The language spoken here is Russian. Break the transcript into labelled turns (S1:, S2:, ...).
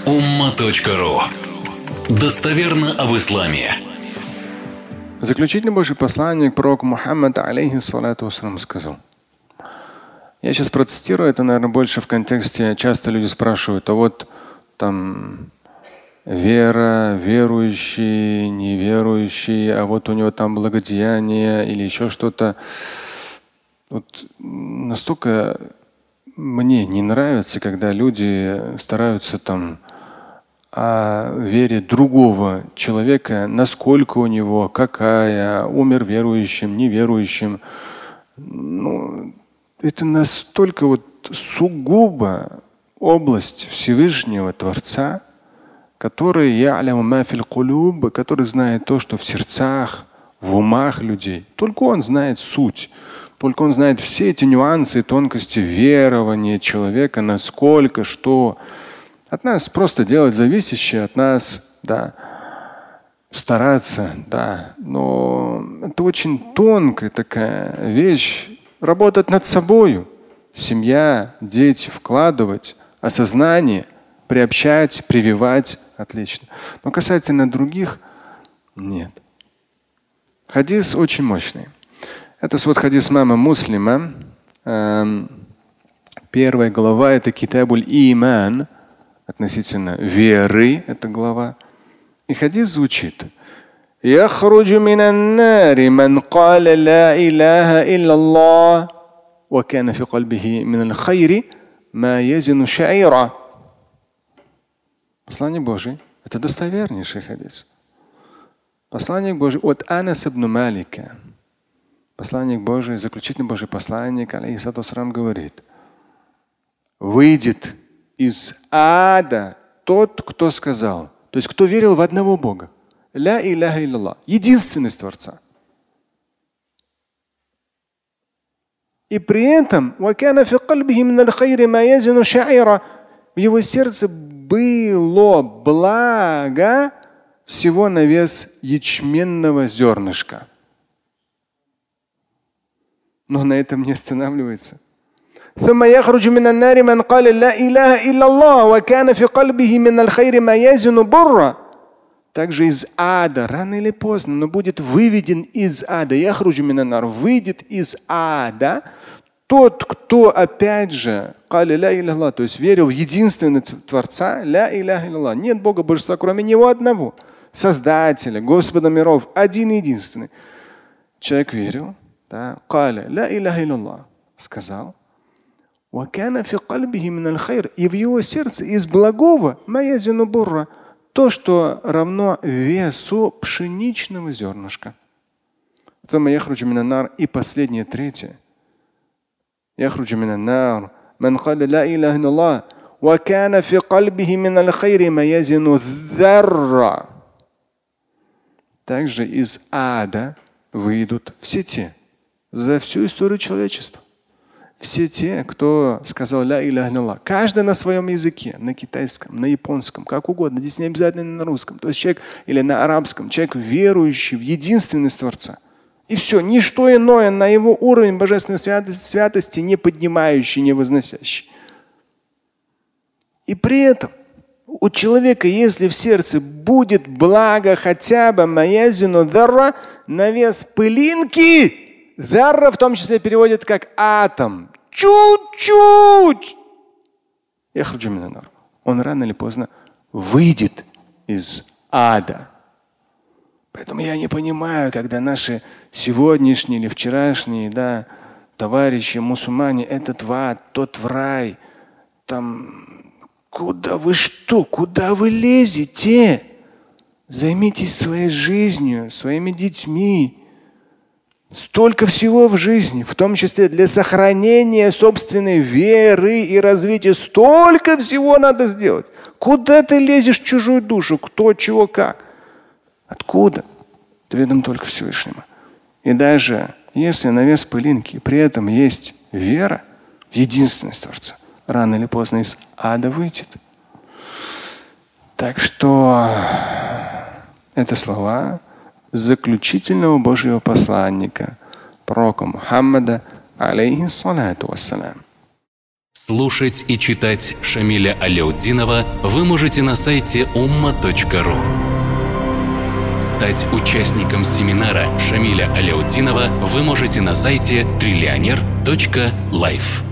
S1: umma.ru. Достоверно об исламе.
S2: Заключительный Божий посланник, пророк Мухаммад, алейхиссалату вассалам, сказал. Я сейчас процитирую, это, наверное, больше в контексте, часто люди спрашивают, а вот там вера, верующий, неверующий, а вот у него там благодеяние или еще что-то. Вот настолько мне не нравится, когда люди стараются там о вере другого человека, насколько у него, какая, умер верующим, неверующим. Это настолько вот сугубо область Всевышнего Творца, который который знает то, что в сердцах, в умах людей. Только он знает суть. Только он знает все эти нюансы и тонкости верования человека, насколько, что. От нас просто делать зависящее, от нас, да, стараться, да. Но это очень тонкая такая вещь. Работать над собою. Семья, дети, вкладывать, осознание, приобщать, прививать. Отлично. Но касательно других, нет. Хадис очень мощный. Это свод хадис имама Муслима. Первая глава – это Китабуль Иман. Относительно веры, эта глава. И хадис звучит. يخرج من النار من قال لا إله إلا الله وكان في قلبه من الخير ما يزن شعيرا. Послание Божие – это достовернейший хадис. Послание Божие от Анас ибн Малика. Посланник Божий, заключительный Божий посланник, алейхиссалату вассалам, говорит: выйдет из ада тот, кто сказал, то есть кто верил в одного Бога. Ля иляха илляллах. Единственность Творца. И при этом в его сердце было благо всего на вес ячменного зернышка. Но на этом не останавливается. ثم يخرج من النار من قال لا إله إلا الله وكان في قلبه من الخير ما يزن برا. Также из ада, рано или поздно, но будет выведен из ада. يخرج من النار, выйдет из ада тот, кто опять же قال لا إله إلا الله, то есть верил в единственного Творца, لا إله إلا الله, нет Бога божества, кроме Него одного, Создателя, Господа миров, один единственный. Человек верил, да, قال لا إله إلا الله, сказал. И в его сердце из благого то, что равно весу пшеничного зернышка. И последнее, третье. Также из ада выйдут все те, за всю историю человечества. Все те, кто сказал ля иляха илlallah, каждый на своем языке, на китайском, на японском, как угодно, здесь не обязательно на русском, то есть человек или на арабском, человек, верующий в единственность Творца. И все, ничто иное на его уровень божественной святости не поднимающий, не возносящий. И при этом у человека, если в сердце будет благо хотя бы маязину дарра, на вес пылинки, дарра в том числе переводит как атом. Чуть-чуть. Он рано или поздно выйдет из ада. Поэтому я не понимаю, когда наши сегодняшние или вчерашние, да, товарищи мусульмане, этот в ад, тот в рай. Там, куда вы что? Куда вы лезете? Займитесь своей жизнью, своими детьми. Столько всего в жизни, в том числе для сохранения собственной веры и развития. Столько всего надо сделать. Куда ты лезешь в чужую душу? Кто, чего, как? Откуда? Это ведомо только Всевышнему. И даже если на вес пылинки при этом есть вера в единственность Творца, рано или поздно из ада выйдет. Так что это слова заключительного Божьего посланника, пророка Мухаммада, алейхиссалату вассалям.
S1: Слушать и читать Шамиля Аляутдинова вы можете на сайте umma.ru. Стать участником семинара Шамиля Аляутдинова вы можете на сайте trillioner.life.